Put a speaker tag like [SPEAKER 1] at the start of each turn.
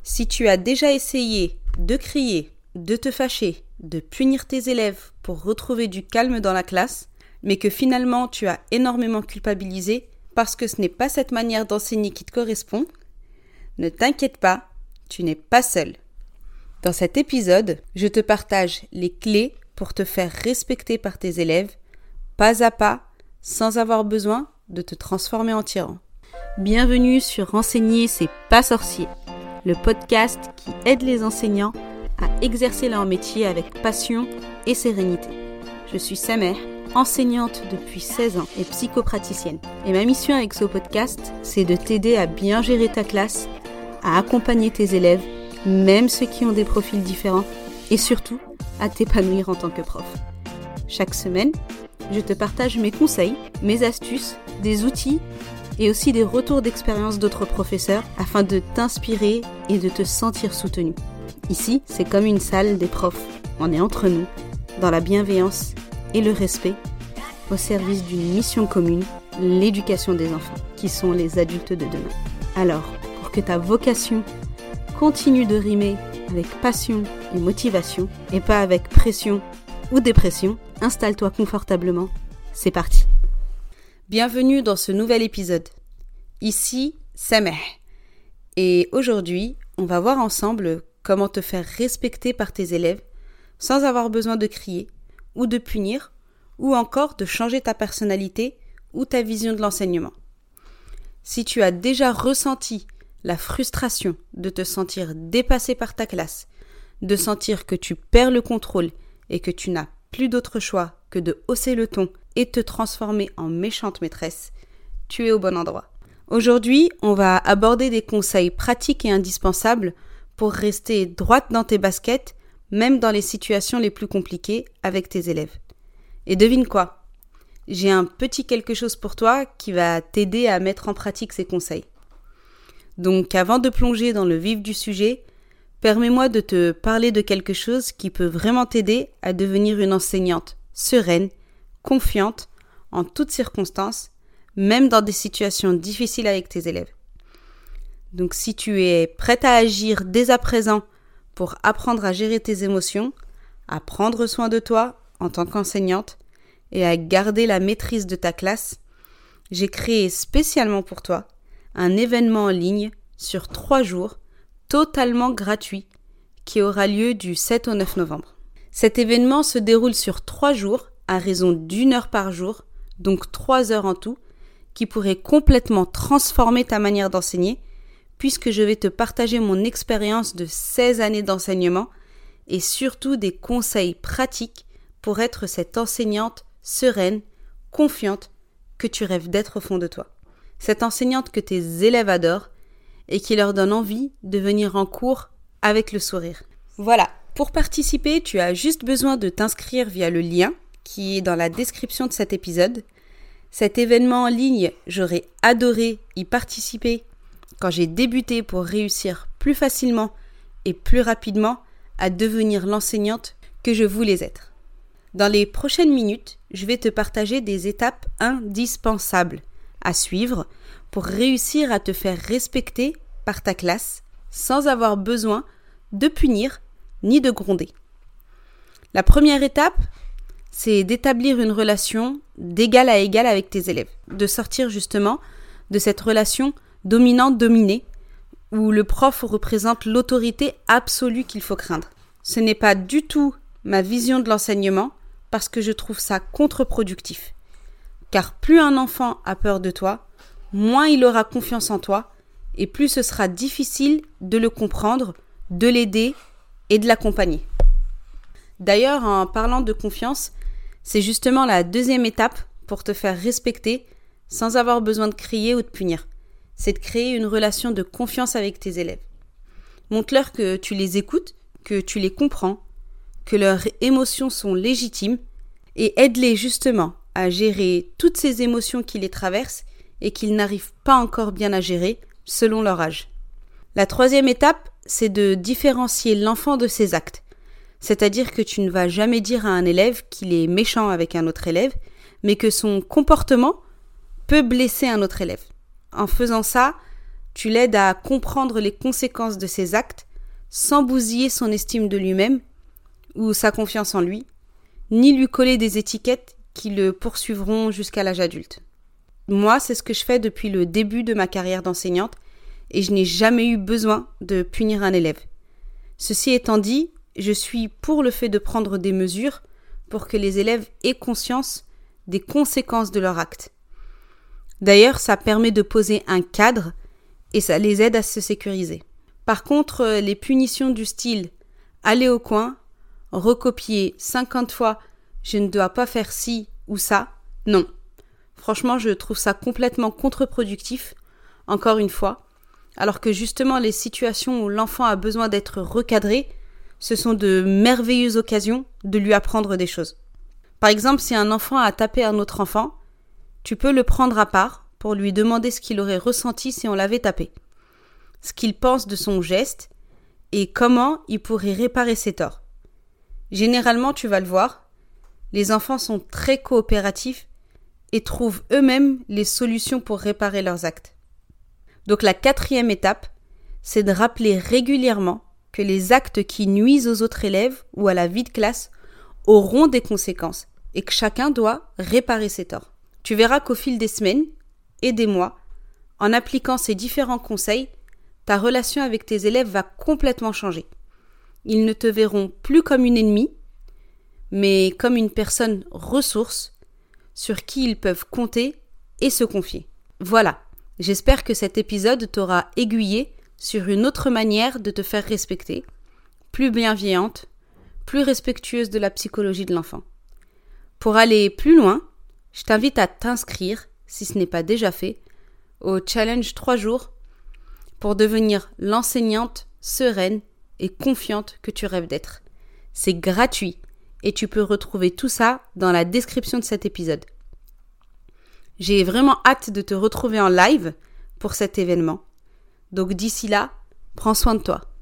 [SPEAKER 1] Si tu as déjà essayé de crier, de te fâcher, de punir tes élèves pour retrouver du calme dans la classe, mais que finalement tu as énormément culpabilisé parce que ce n'est pas cette manière d'enseigner qui te correspond, ne t'inquiète pas, tu n'es pas seul. Dans cet épisode, je te partage les clés pour te faire respecter par tes élèves, pas à pas, sans avoir besoin de te transformer en tyran. Bienvenue sur Enseigner, c'est pas sorcier, le podcast qui aide les enseignants à exercer leur métier avec passion et sérénité. Je suis Samer, enseignante depuis 16 ans et psychopraticienne. Et ma mission avec ce podcast, c'est de t'aider à bien gérer ta classe, à accompagner tes élèves, même ceux qui ont des profils différents, et surtout, à t'épanouir en tant que prof. Chaque semaine, je te partage mes conseils, mes astuces, des outils et aussi des retours d'expérience d'autres professeurs afin de t'inspirer et de te sentir soutenu. Ici, c'est comme une salle des profs. On est entre nous, dans la bienveillance et le respect, au service d'une mission commune, l'éducation des enfants, qui sont les adultes de demain. Alors, pour que ta vocation continue de rimer avec passion et motivation, et pas avec pression ou dépression, installe-toi confortablement. C'est parti. Bienvenue dans ce nouvel épisode. Ici, Samer. Et aujourd'hui, on va voir ensemble comment te faire respecter par tes élèves sans avoir besoin de crier ou de punir ou encore de changer ta personnalité ou ta vision de l'enseignement. Si tu as déjà ressenti la frustration de te sentir dépassé par ta classe, de sentir que tu perds le contrôle et que tu n'as plus d'autre choix que de hausser le ton et te transformer en méchante maîtresse, tu es au bon endroit. Aujourd'hui, on va aborder des conseils pratiques et indispensables pour rester droite dans tes baskets, même dans les situations les plus compliquées avec tes élèves. Et devine quoi ? J'ai un petit quelque chose pour toi qui va t'aider à mettre en pratique ces conseils. Donc avant de plonger dans le vif du sujet, permets-moi de te parler de quelque chose qui peut vraiment t'aider à devenir une enseignante sereine, confiante, en toutes circonstances, même dans des situations difficiles avec tes élèves. Donc si tu es prête à agir dès à présent pour apprendre à gérer tes émotions, à prendre soin de toi en tant qu'enseignante et à garder la maîtrise de ta classe, j'ai créé spécialement pour toi un événement en ligne sur 3 jours, totalement gratuit, qui aura lieu du 7 au 9 novembre. Cet événement se déroule sur 3 jours, à raison d'1 heure par jour, donc 3 heures en tout, qui pourrait complètement transformer ta manière d'enseigner, puisque je vais te partager mon expérience de 16 années d'enseignement et surtout des conseils pratiques pour être cette enseignante sereine, confiante, que tu rêves d'être au fond de toi. Cette enseignante que tes élèves adorent et qui leur donne envie de venir en cours avec le sourire. Voilà, pour participer, tu as juste besoin de t'inscrire via le lien qui est dans la description de cet épisode. Cet événement en ligne, j'aurais adoré y participer quand j'ai débuté pour réussir plus facilement et plus rapidement à devenir l'enseignante que je voulais être. Dans les prochaines minutes, je vais te partager des étapes indispensables à suivre pour réussir à te faire respecter par ta classe sans avoir besoin de punir ni de gronder. La première étape, c'est d'établir une relation d'égal à égal avec tes élèves, de sortir justement de cette relation dominante-dominée où le prof représente l'autorité absolue qu'il faut craindre. Ce n'est pas du tout ma vision de l'enseignement parce que je trouve ça contre-productif. Car plus un enfant a peur de toi, moins il aura confiance en toi et plus ce sera difficile de le comprendre, de l'aider et de l'accompagner. D'ailleurs, en parlant de confiance, c'est justement la deuxième étape pour te faire respecter sans avoir besoin de crier ou de punir. C'est de créer une relation de confiance avec tes élèves. Montre-leur que tu les écoutes, que tu les comprends, que leurs émotions sont légitimes et aide-les justement à gérer toutes ces émotions qui les traversent et qu'ils n'arrivent pas encore bien à gérer selon leur âge. La troisième étape, c'est de différencier l'enfant de ses actes. C'est-à-dire que tu ne vas jamais dire à un élève qu'il est méchant avec un autre élève, mais que son comportement peut blesser un autre élève. En faisant ça, Tu l'aides à comprendre les conséquences de ses actes sans bousiller son estime de lui-même ou sa confiance en lui, ni lui coller des étiquettes qui le poursuivront jusqu'à l'âge adulte. Moi, c'est ce que je fais depuis le début de ma carrière d'enseignante et je n'ai jamais eu besoin de punir un élève. Ceci étant dit, je suis pour le fait de prendre des mesures pour que les élèves aient conscience des conséquences de leurs actes. D'ailleurs, ça permet de poser un cadre et ça les aide à se sécuriser. Par contre, les punitions du style « aller au coin », recopier 50 fois « je ne dois pas faire ci ou ça », non. Franchement, je trouve ça complètement contre-productif, encore une fois, alors que justement les situations où l'enfant a besoin d'être recadré, ce sont de merveilleuses occasions de lui apprendre des choses. Par exemple, si un enfant a tapé un autre enfant, tu peux le prendre à part pour lui demander ce qu'il aurait ressenti si on l'avait tapé, ce qu'il pense de son geste et comment il pourrait réparer ses torts. Généralement, tu vas le voir, les enfants sont très coopératifs et trouvent eux-mêmes les solutions pour réparer leurs actes. Donc la 4e étape, c'est de rappeler régulièrement que les actes qui nuisent aux autres élèves ou à la vie de classe auront des conséquences et que chacun doit réparer ses torts. Tu verras qu'au fil des semaines et des mois, en appliquant ces différents conseils, ta relation avec tes élèves va complètement changer. Ils ne te verront plus comme une ennemie, mais comme une personne ressource sur qui ils peuvent compter et se confier. Voilà, j'espère que cet épisode t'aura aiguillé sur une autre manière de te faire respecter, plus bienveillante, plus respectueuse de la psychologie de l'enfant. Pour aller plus loin, je t'invite à t'inscrire, si ce n'est pas déjà fait, au challenge 3 jours pour devenir l'enseignante sereine et confiante que tu rêves d'être. C'est gratuit et tu peux retrouver tout ça dans la description de cet épisode. J'ai vraiment hâte de te retrouver en live pour cet événement. Donc d'ici là, prends soin de toi.